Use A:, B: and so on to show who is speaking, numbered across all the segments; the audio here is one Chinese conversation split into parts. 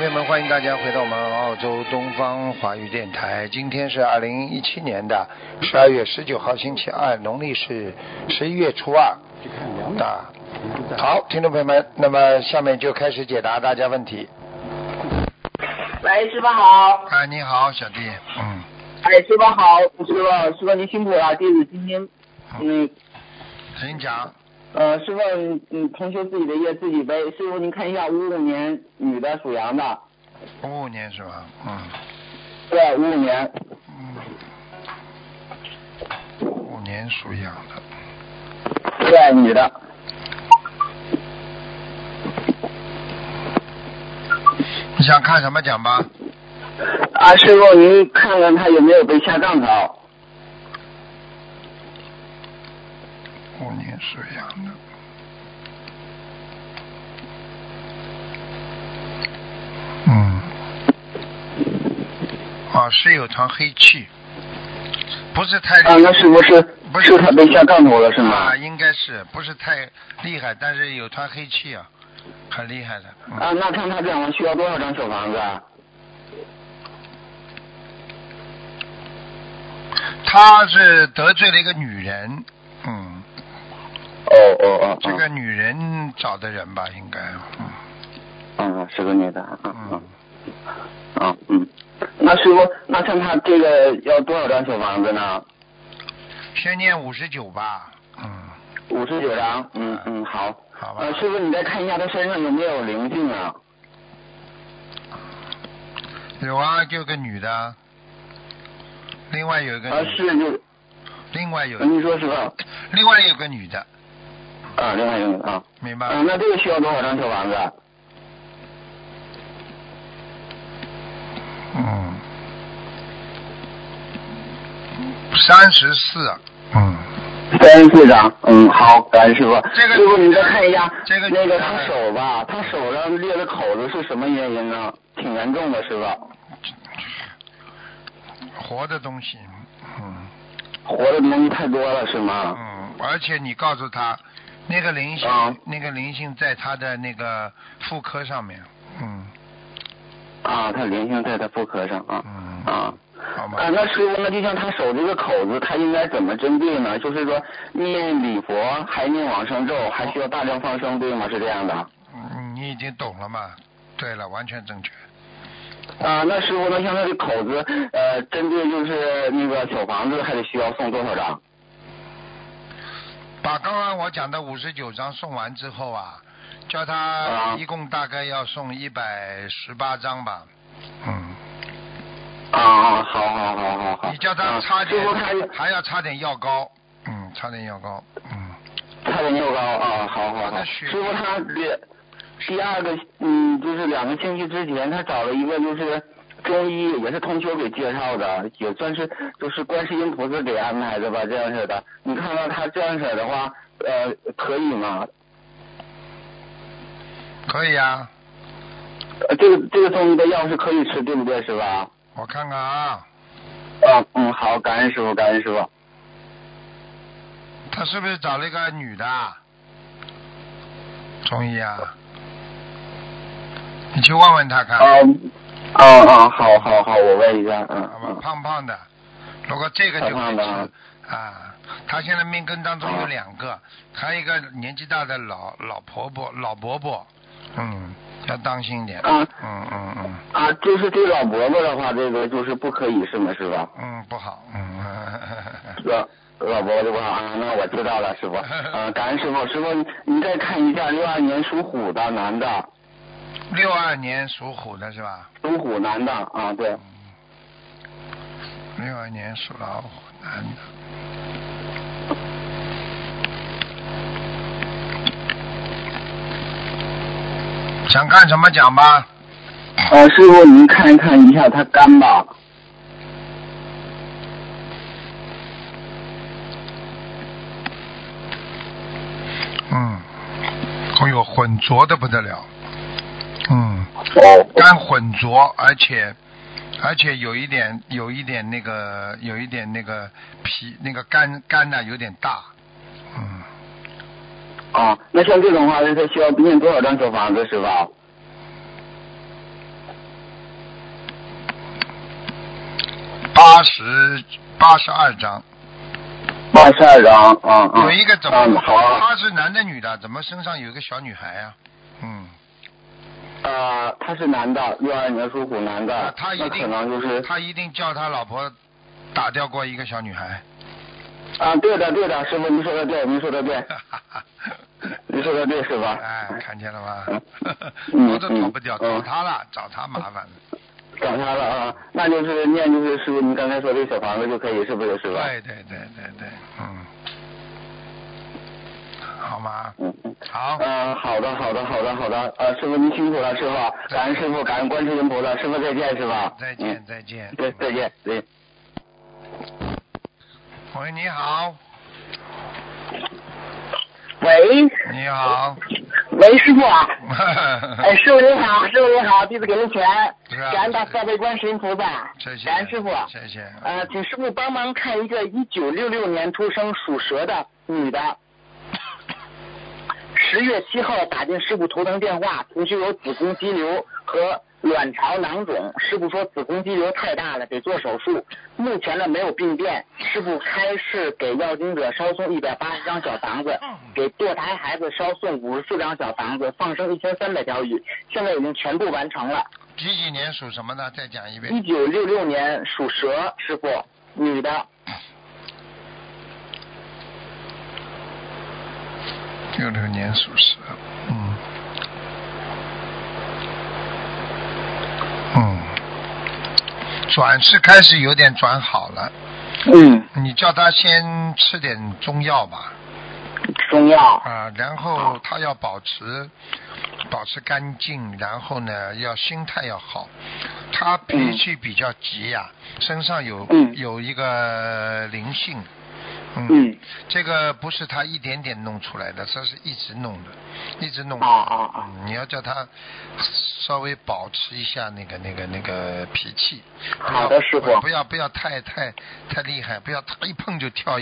A: 友们，欢迎大家回到我们澳洲东方华语电台。今天是2017年的12月19号，星期二，农历是11月初二。好，听众朋友们，那么下面就开始解答大家问题。
B: 喂，师傅好。
A: 哎，你好，小弟。
B: 哎，师傅好，师傅您辛苦了，弟子今天
A: 请讲。
B: 师傅，同修自己的业自己背。师傅您看一下，55年女的，属羊的。
A: 55年是吧？
B: 对，55年。
A: 55年属羊的。
B: 对，女的。
A: 你想看什么讲吧？
B: 师傅您看看她有没有被下杠头。
A: 55年属羊的。是有团黑气，不是太厉害。
B: 那是不是他被下杠头了是吗？
A: 应该是不是太厉害，但是有团黑气啊，很厉害的。
B: 那看他这样需要多少张小房子啊？
A: 他是得罪了一个女人。这个女人找的人吧，应该。
B: 是个女的。那师傅，那像他这个要多少张小房子呢？
A: 先念59吧。
B: 59张。好。
A: 好吧。
B: 师傅，你再看一下他身上有没有灵性啊？
A: 有啊，就个女的。另外有一个。另外有。
B: 你说师傅。
A: 另外有个女的。
B: 另外有个女的。
A: 明白。
B: 那这个需要多少张小房子
A: ？34。
B: 34张。好，感恩师傅。
A: 这个
B: 师傅，你再看一下
A: 那个
B: 他手吧，他手上裂的口子是什么原因呢？挺严重的，师傅。
A: 活的东西。
B: 活的东西太多了是吗？
A: 而且你告诉他，那个灵性在他的那个妇科上面。
B: 他灵性在他妇科上
A: 好吗？
B: 那师傅，那就像他手这个口子，他应该怎么针对呢？就是说念礼佛，还念往生咒，还需要大量放生，对吗？是这样的。
A: 你已经懂了嘛？对了，完全正确。
B: 那师傅，那像他这口子，针对就是那个小房子，还得需要送多少张？
A: 把刚刚我讲的59张送完之后叫他一共大概要送118张吧。
B: 好。
A: 你叫他擦点，还要擦点药膏。擦点药膏。
B: 擦点药膏好。师傅，他第二个就是2个星期之前，他找了一个就是中医，也是同修给介绍的，也算是就是观世音菩萨给安排的吧，这样式的。你看到他这样式的话，可以吗？
A: 可以啊。
B: 这个中医的药是可以吃，对不对，师傅？
A: 我看看啊。
B: 好，感恩师傅，感恩师傅。
A: 他是不是找了一个女的？中医啊？你去问问他看。
B: 好，我问一下。
A: 胖胖的，如果这个就可以吃。他现在命根当中有2个，还有一个年纪大的老伯伯。要当心一点。
B: 就是这老伯伯的话，这个就是不可以是吗？是吧？
A: 不好。
B: 老伯伯就不好那我知道了，师傅。感恩师傅。师傅，你再看一下62年属虎的男的。
A: 62年属虎的是吧？
B: 属虎男的对。
A: 62年属老虎男的。想干什么讲吧？
B: 师傅您看一下他肝吧。
A: 浑浊的不得了。肝浑浊，而且有一点那个脾那个肝呢有点大。
B: 那像这种话，他需要念多少张小房子是吧？
A: 82张。
B: 82张，
A: 有一个怎么？
B: 好啊。
A: 他是男的女的？怎么身上有一个小女孩呀？
B: 他是男的，62年属虎男的。
A: 他一定
B: 可能就是。
A: 他一定叫他老婆打掉过一个小女孩。
B: 对的，师傅，您说的对，您说的对，是吧？
A: 哎，看见了吗？我都逃不掉，找他了，找他麻烦了。
B: 找他了啊，那就是念就是师傅您刚才说这小房子就可以，是不是？是吧？
A: 对，好吗？好。
B: 好的，师傅您辛苦了，师傅，感恩师傅，感恩观世音菩萨，师傅再见，是吧？
A: 再见。
B: 对，再见。
A: 喂，你好。
C: 喂。
A: 你好。
C: 喂，师傅啊。师傅您好，弟子给您请安。感恩大慈大悲观世音菩萨。
A: 谢谢。
C: 感恩师傅。
A: 谢谢。
C: 请师傅帮忙看一个1966年出生属蛇的女的。10月7号打进师傅头疼电话，同学有子宫肌瘤和卵巢囊肿，师傅说子宫肌瘤太大了，得做手术。目前呢没有病变，师傅开示给要经者烧送180张小房子，给堕胎孩子烧送54张小房子，放生1300条鱼，现在已经全部完成了。
A: 几年属什么的？再讲一遍。
C: 1966年属蛇，师傅，女的。
A: 66年属蛇，转是开始有点转好了。你叫他先吃点中药吧。
C: 中药。
A: 然后他要保持干净，然后呢要心态要好。他脾气比较急呀，身上有一个灵性。这个不是他一点点弄出来的，这是一直弄的，一直弄。你要叫他稍微保持一下那个脾气。
C: 好的，师傅。
A: 不要太厉害，不要他一碰就跳。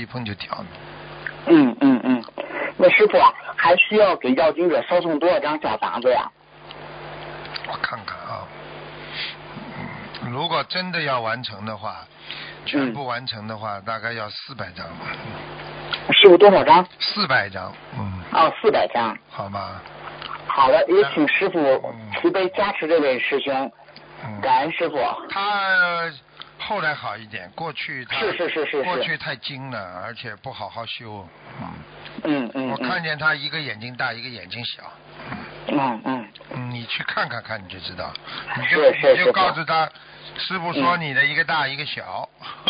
C: 那师傅啊，还需要给要经者烧送多少张小房子呀？
A: 我看看啊，如果真的要完成的话。全部完成的话，大概要400张。
C: 师傅多少张
A: ？400张。
C: 400张。
A: 好吗？
C: 好的，也请师傅慈悲加持这位师兄。感恩师傅。
A: 他后来好一点，过去他
C: 是
A: 过去太精了，而且不好好修。
C: 我
A: 看见他一个眼睛大，一个眼睛小。你去看看你就知道。你就告诉他。师傅说你的一个大一个小。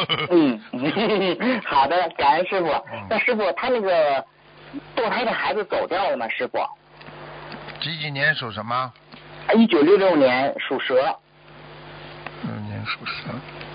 C: 好的，感恩师傅。那师傅他那个堕胎的孩子走掉了吗？师傅。
A: 几年属什么
C: ？1966年属蛇。
A: 66年属蛇。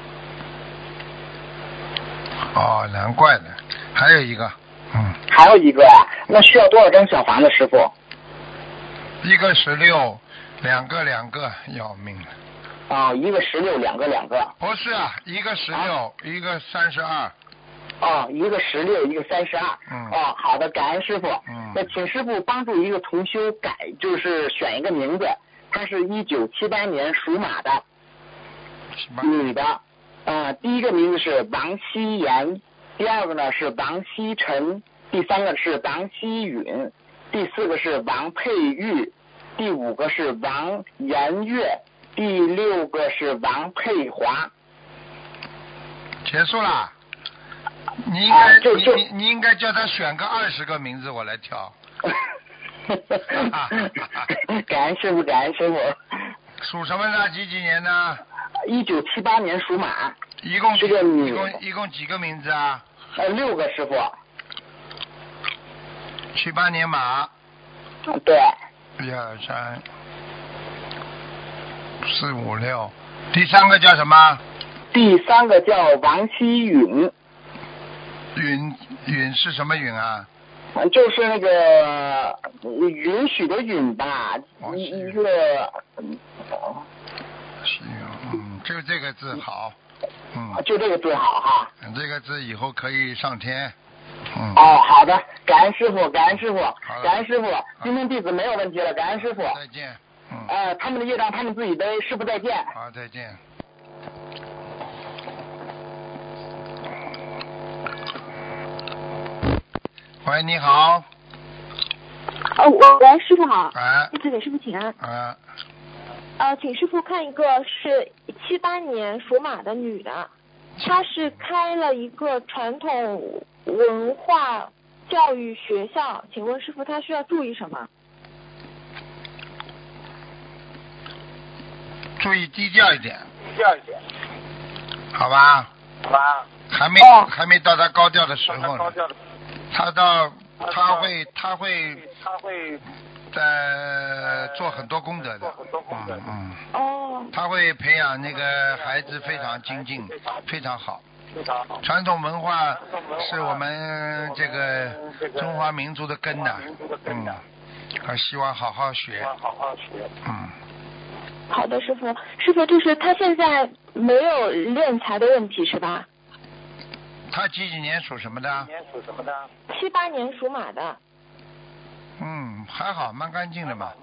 A: 难怪的，还有一个。
C: 还有一个呀？那需要多少张小房子，师傅？
A: 一个16，两个要命了。
C: 一个16，两个。
A: 不是一个16，一个32。
C: 一个16，一个32。好的，感恩师傅。那请师傅帮助一个同修就是选一个名字，他是1978年属马的，女的。第一个名字是王希妍，第二个呢是王希晨，第三个是王希允，第四个是王佩玉，第五个是王延月。第6个是王佩华。
A: 结束了。你应该叫他选个20个名字，我来挑。
C: 感恩师傅。
A: 属什么的？几年的
C: ？1978年属马。
A: 一共几个名字啊
C: ？6个师傅。
A: 78年马。
C: 对。
A: 1、2、3、4、5、6，第三个叫什么？
C: 第三个叫王希允。
A: 允是什么允啊？
C: 就是那个允许的允吧，一个。
A: 就这个字好。
C: 就这个字好哈。
A: 这个字以后可以上天。
C: 好的，感恩师傅。今天弟子没有问题了，感恩师傅。
A: 再见。
C: 他们的业障他们自己背，师傅再见。
A: 好，再见。 喂，你好。
D: 喂，师傅好。
A: 哎。
D: 弟子给师傅请安。请师傅看一个是78年属马的女的，她是开了一个传统文化教育学校，请问师傅她需要注意什么？
A: 注意低调一点。好吧。还没到他高调的时候呢。他会做很多功德的。他会培养那个孩子非常精进，非常好。传统文化是我们这个中华民族的根呐。他希望好好学。
D: 好的，师傅，就是他现在没有敛财的问题是吧？
A: 他几年属什么的
D: ？78年属马的。
A: 还好，蛮干净的嘛。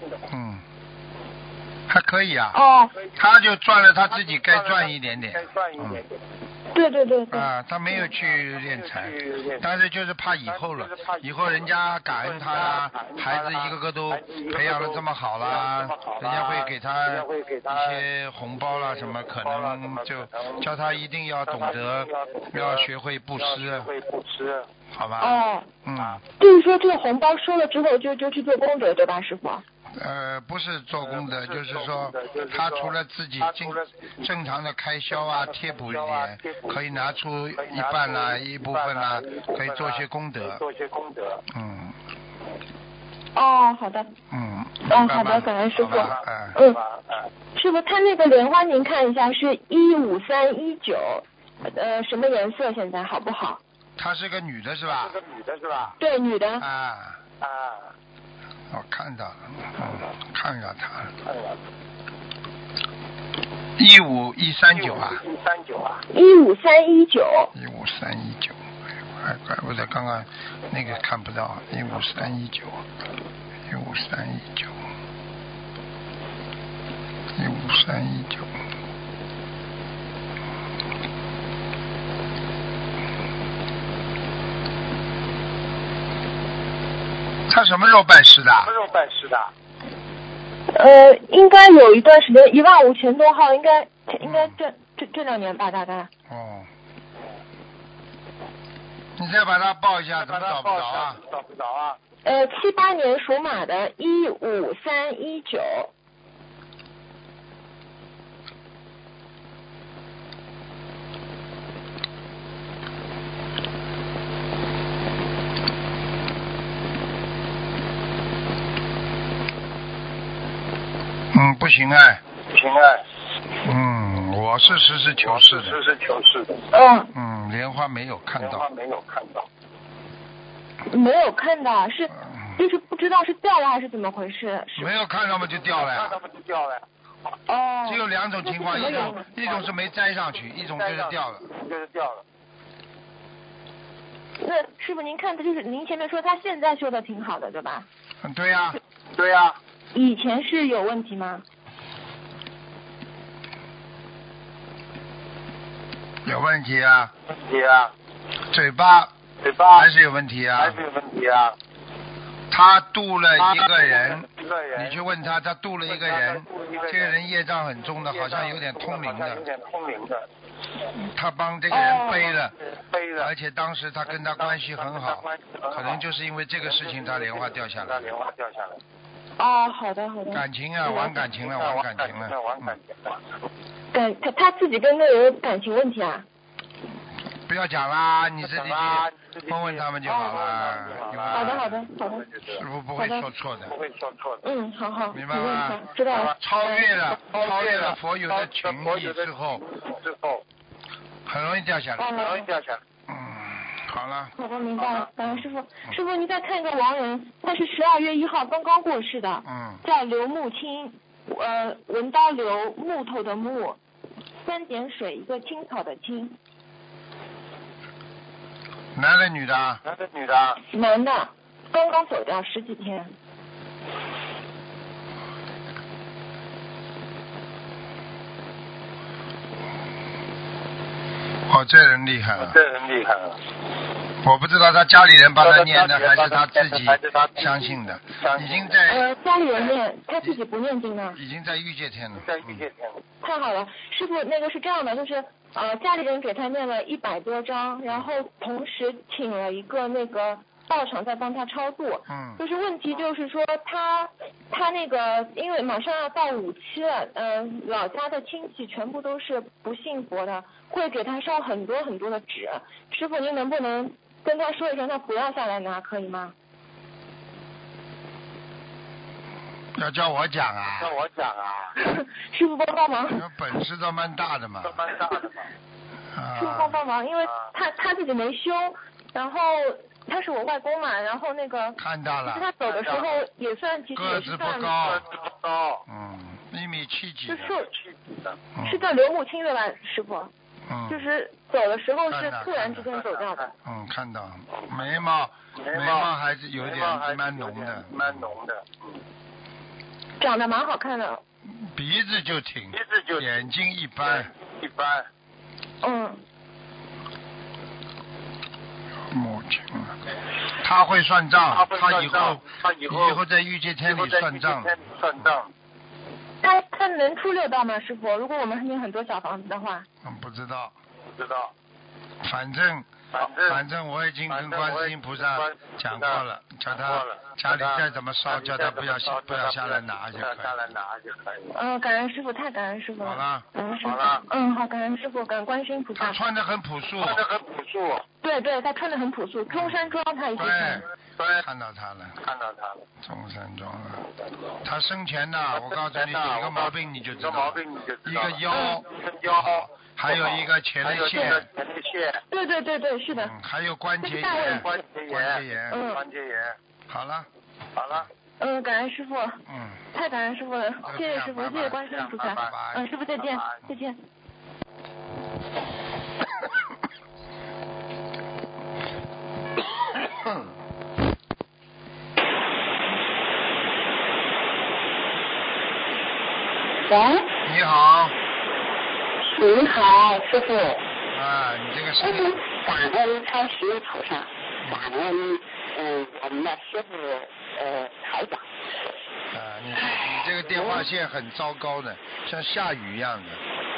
A: 还可以啊。他就赚了他自己该赚一点点。
D: 对。
A: 他没有去敛财，但是就是怕以后了，以后人家感恩他啦，孩子一个个都培养的这么好啦，人家会给他一些红包啦什么，可能就叫他一定要懂得，要学会布施，好吧？
D: 就是说这个红包收了之后就去做功德，对吧，师傅？
A: 不是做功德，就是说他除了自己正常的开销啊，贴补一点，可以拿出一半啦，一部分啦，可以做些功德。
D: 好的。好的，感恩师傅。师傅，他那个莲花您看一下是15319，什么颜色？现在好不好？
A: 她是个女的是吧？
D: 对，女的。
A: 我看到了，看着他15319啊
D: 15319，
A: 怪不得刚刚那个看不到15319，他什么时候拜师的？
D: 应该有一段时间15000多号，应该这2年吧，大概。
A: 你再把它报一下，怎么找不着啊
D: ？78年属马的15319。
A: 不行哎。我是实事求是的。莲花没有看到。
D: 没有看到，就是不知道是掉了还是怎么回事。
A: 没有看到嘛就掉了呀。只有2种情况，一种是没摘上去，一种就是掉了。
D: 那师傅您看的就是您前面说他现在修的挺好的，对吧？
A: 对呀。
D: 以前是有问题吗？
A: 有问题啊。嘴巴还是有问题啊。他度了一个人，你去问他度了一个人，这个人业障很重的，好像有点通灵的。他帮这个人背了，而且当时他跟他关系很好，可能就是因为这个事情他莲花掉下来。
D: 好的。
A: 感情啊，玩感情了。
D: 他自己跟那人有感情问题啊？
A: 不要讲啦，你自己去问他们就好了。
D: 好的。
A: 师傅不会说错的。
D: 好。
A: 明白吗？
D: 知道了。
A: 超越了佛有的权益之后，很容易掉下来。好了。
D: 好的，明白了。感恩师傅。师傅，您再看一个亡人，他是12月1号刚刚过世的，叫刘木青，文刀刘，木头的木，3点水一个青草的青。
A: 男的女的？
D: 男的，刚刚走掉10几天。
A: 这人厉害了。 我不知道他家里人帮他念的，还是他自己相信的。已经在
D: 家里人念，他自己不念经呢。
A: 已经在御界天了。
D: 太好了，师傅，那个是这样的，就是家里人给他念了100多章，然后同时请了一个那个道场在帮他超度。就是问题就是说他那个因为马上要到57了，老家的亲戚全部都是不信佛的，会给他烧很多很多的纸。师傅您能不能跟他说一声，他不要下来拿，可以吗？
A: 要叫我讲啊？
D: 师傅帮忙。
A: 本事倒蛮大的嘛。
D: 师傅帮忙，因为他自己没修，然后他是我外公嘛，然后那个
A: 看到了。
D: 他走的时候也算其实
A: 个子不高。1.7米几。
D: 是叫刘木青对吧，师傅？就是走的时候是突然之间走掉的。
A: 看到，眉毛还是有点蛮浓的。
D: 长得蛮好看的。
A: 鼻子就挺，眼睛一般。母亲啊，他会算账，他以后在御界天里算账。
D: 他能出6道吗，师傅？如果我们念很多小房子的话。
A: 不知道。反正我已经跟观世音菩萨讲过了，叫他家里再怎么烧，叫他不要下来拿就可以。
D: 感恩师傅，太感恩师傅了。
A: 好了。
D: 好，感恩师傅，感恩观世音菩萨。
A: 他穿得很朴素。
D: 对，他穿得很朴素，中山装他已经穿。
A: 对，看到他了。中山装了。他生前呢，我告诉你有一个毛病你就知道，一个腰。还有一个前列腺。
D: 对，是的。
A: 还有关节炎。好了。
D: 感恩师傅。太感恩师傅了，谢谢师傅，谢谢观世音菩萨。师傅再见。
C: 喂。
A: 你好。
C: 你好，师傅。
A: 你这个声音。
C: 感恩观世音菩萨，感恩我们的师傅台长。
A: 你这个电话线很糟糕的，像下雨一样的。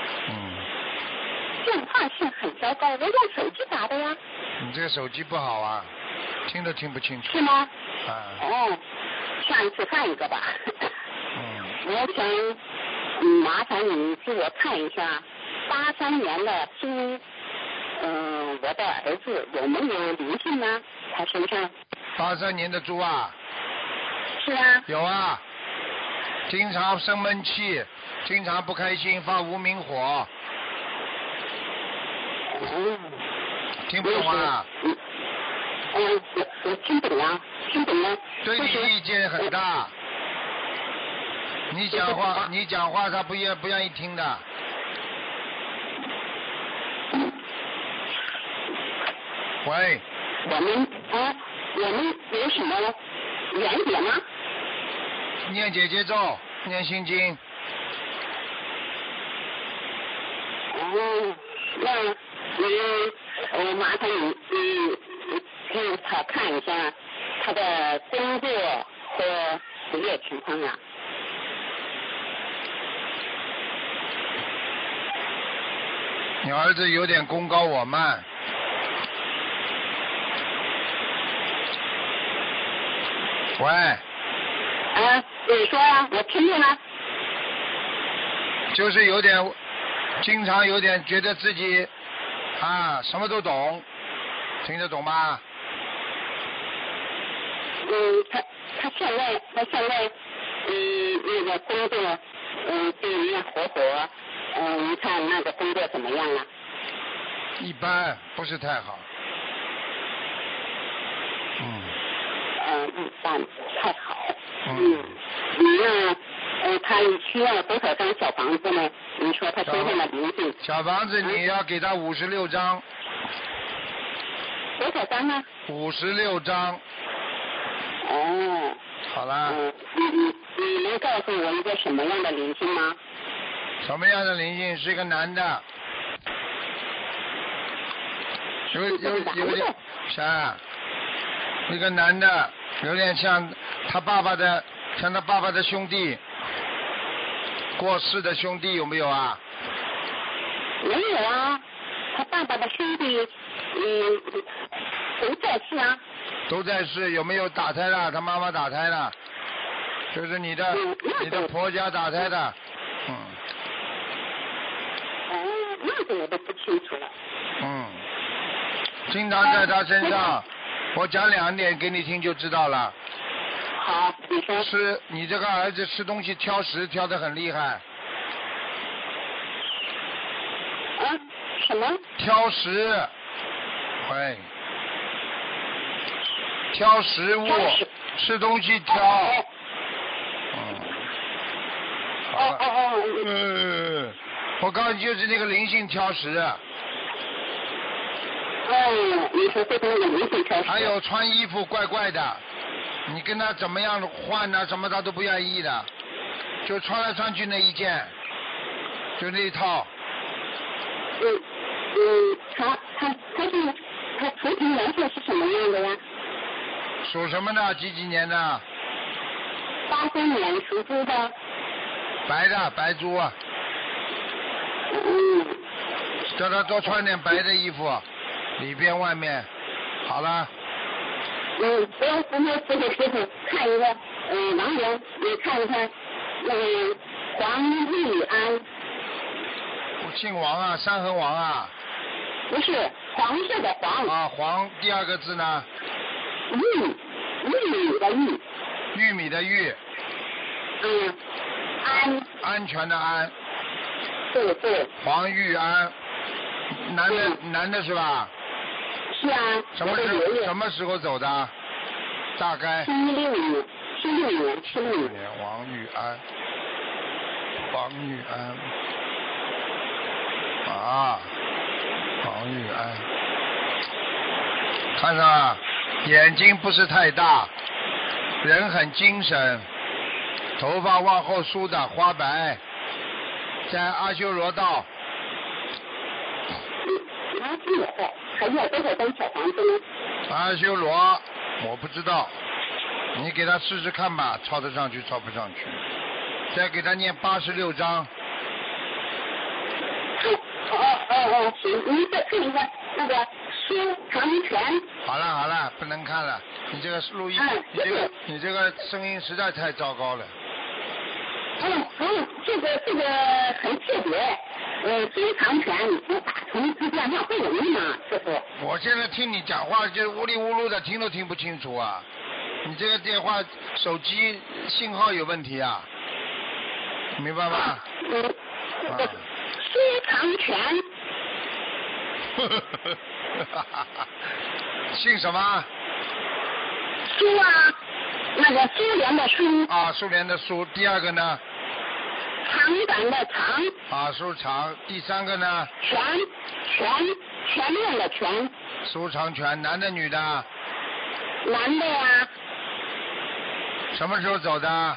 C: 电话线很糟糕，我用手机打的呀。
A: 你这个手机不好啊，听都听不清楚。
C: 是吗？下一次换一个吧。我想麻烦你给我看一下83年的猪，我的儿子有没有灵性呢？他身上。
A: 83年的猪啊？
C: 是啊。
A: 有啊，经常生闷气，经常不开心，发无名火。听不懂啊？
C: 我听懂了。
A: 对你意见很大。你讲话他不愿意听的。喂。
C: 我们有什么原点吗？
A: 念姐姐咒，念心经。
C: 那麻烦你给他看一下他的工作和职业情况啊。
A: 你儿子有点功高我慢。喂。
C: 你说呀，我听见了。
A: 就是经常有点觉得自己什么都懂，听得懂吗？
C: 他现在那个工作对人家合伙，你看那个工作怎么样啊？
A: 一般，不是太好。
C: 一般太好。他需要多少张小房子呢？你说他身上的灵性。
A: 小房子你要给他56张。
C: 多少张呢
A: ？56张。好了。
C: 你能告诉我一个什么样的灵性吗？
A: 什么样的灵性？是一个男的。 山，一个男的，有点像他爸爸的兄弟，过世的兄弟有没有啊？
E: 没有啊，他爸爸的兄弟，都在世啊。
A: 都在世，有没有打胎了？他妈妈打胎了，就是你的婆家打胎的，
E: 那个我都不清楚了。
A: 经常在他身上，我讲2点给你听就知道了。
E: 好，你说。
A: 你这个儿子吃东西挑食，挑得很厉害。
E: 什么？
A: 挑食，喂，挑食物，吃东西挑。我告诉你，就是那个灵性挑食。
E: 你说这个灵性挑食。
A: 还有穿衣服怪怪的，你跟他怎么样换啊，什么他都不愿意的，就穿来穿去那一件，就那一套。
E: 他图腾颜色是什么样的呀？
A: 属什么的？几年的
E: ？83年属猪的。
A: 白的，白猪。叫他多穿点白的衣服，里边外面。好了。
E: 我师傅看一个王人，你看一看那个黄玉安。
A: 我姓王啊，山河王啊。
E: 不是，黄色的黄。
A: 啊，黄第2个字呢？
E: 玉米的玉。
A: 玉米的玉。安全的安。
E: 对。
A: 黄玉安，男的是吧？
E: 是啊。
A: 什么时候走的？大概。
E: 76年。
A: 王玉安。黄玉安，看看眼睛不是太大，人很精神，头发往后梳的花白，在阿修罗道。
E: 还要多少张小房子呢？
A: 阿修罗我不知道，你给他试试看吧，抄得上去抄不上去，再给他念86章。
E: 行，你再看一个那个苏长全。
A: 好了，不能看了，你这个录音，你这个声音实在太糟糕了。
E: 这个很特别。苏长全，你打通这电话不容易吗，师傅？
A: 我现在听你讲话就呜里呜噜的，听都听不清楚啊！你这个电话手机信号有问题啊，明白吗？
E: 苏长全。
A: 姓什么？
E: 苏啊，那个苏联的苏。
A: 苏联的苏。第2个呢？
E: 长短的长。
A: 苏长。第3个呢？
E: 全面的全。
A: 苏长全，男的女的？
E: 男的呀。
A: 什么时候走的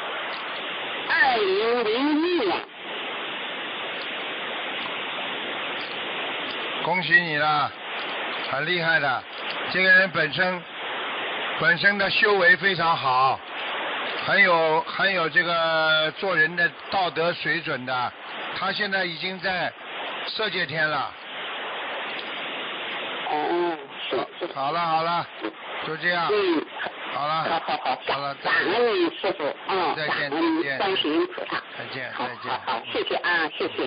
E: ？2001年。
A: 恭喜你了，很厉害的。这个人本身的修为非常好，很有这个做人的道德水准的。他现在已经在色界天了。好了，就这样。好了。好了，
E: 感恩师傅。
A: 再见。
E: 观世音菩萨。
A: 再见。
E: 好，谢谢啊，谢谢。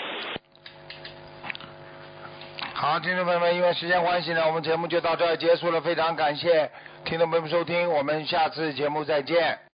A: 好，听众朋友们，因为时间关系呢，我们节目就到这儿结束了。非常感谢听众朋友们收听，我们下次节目再见。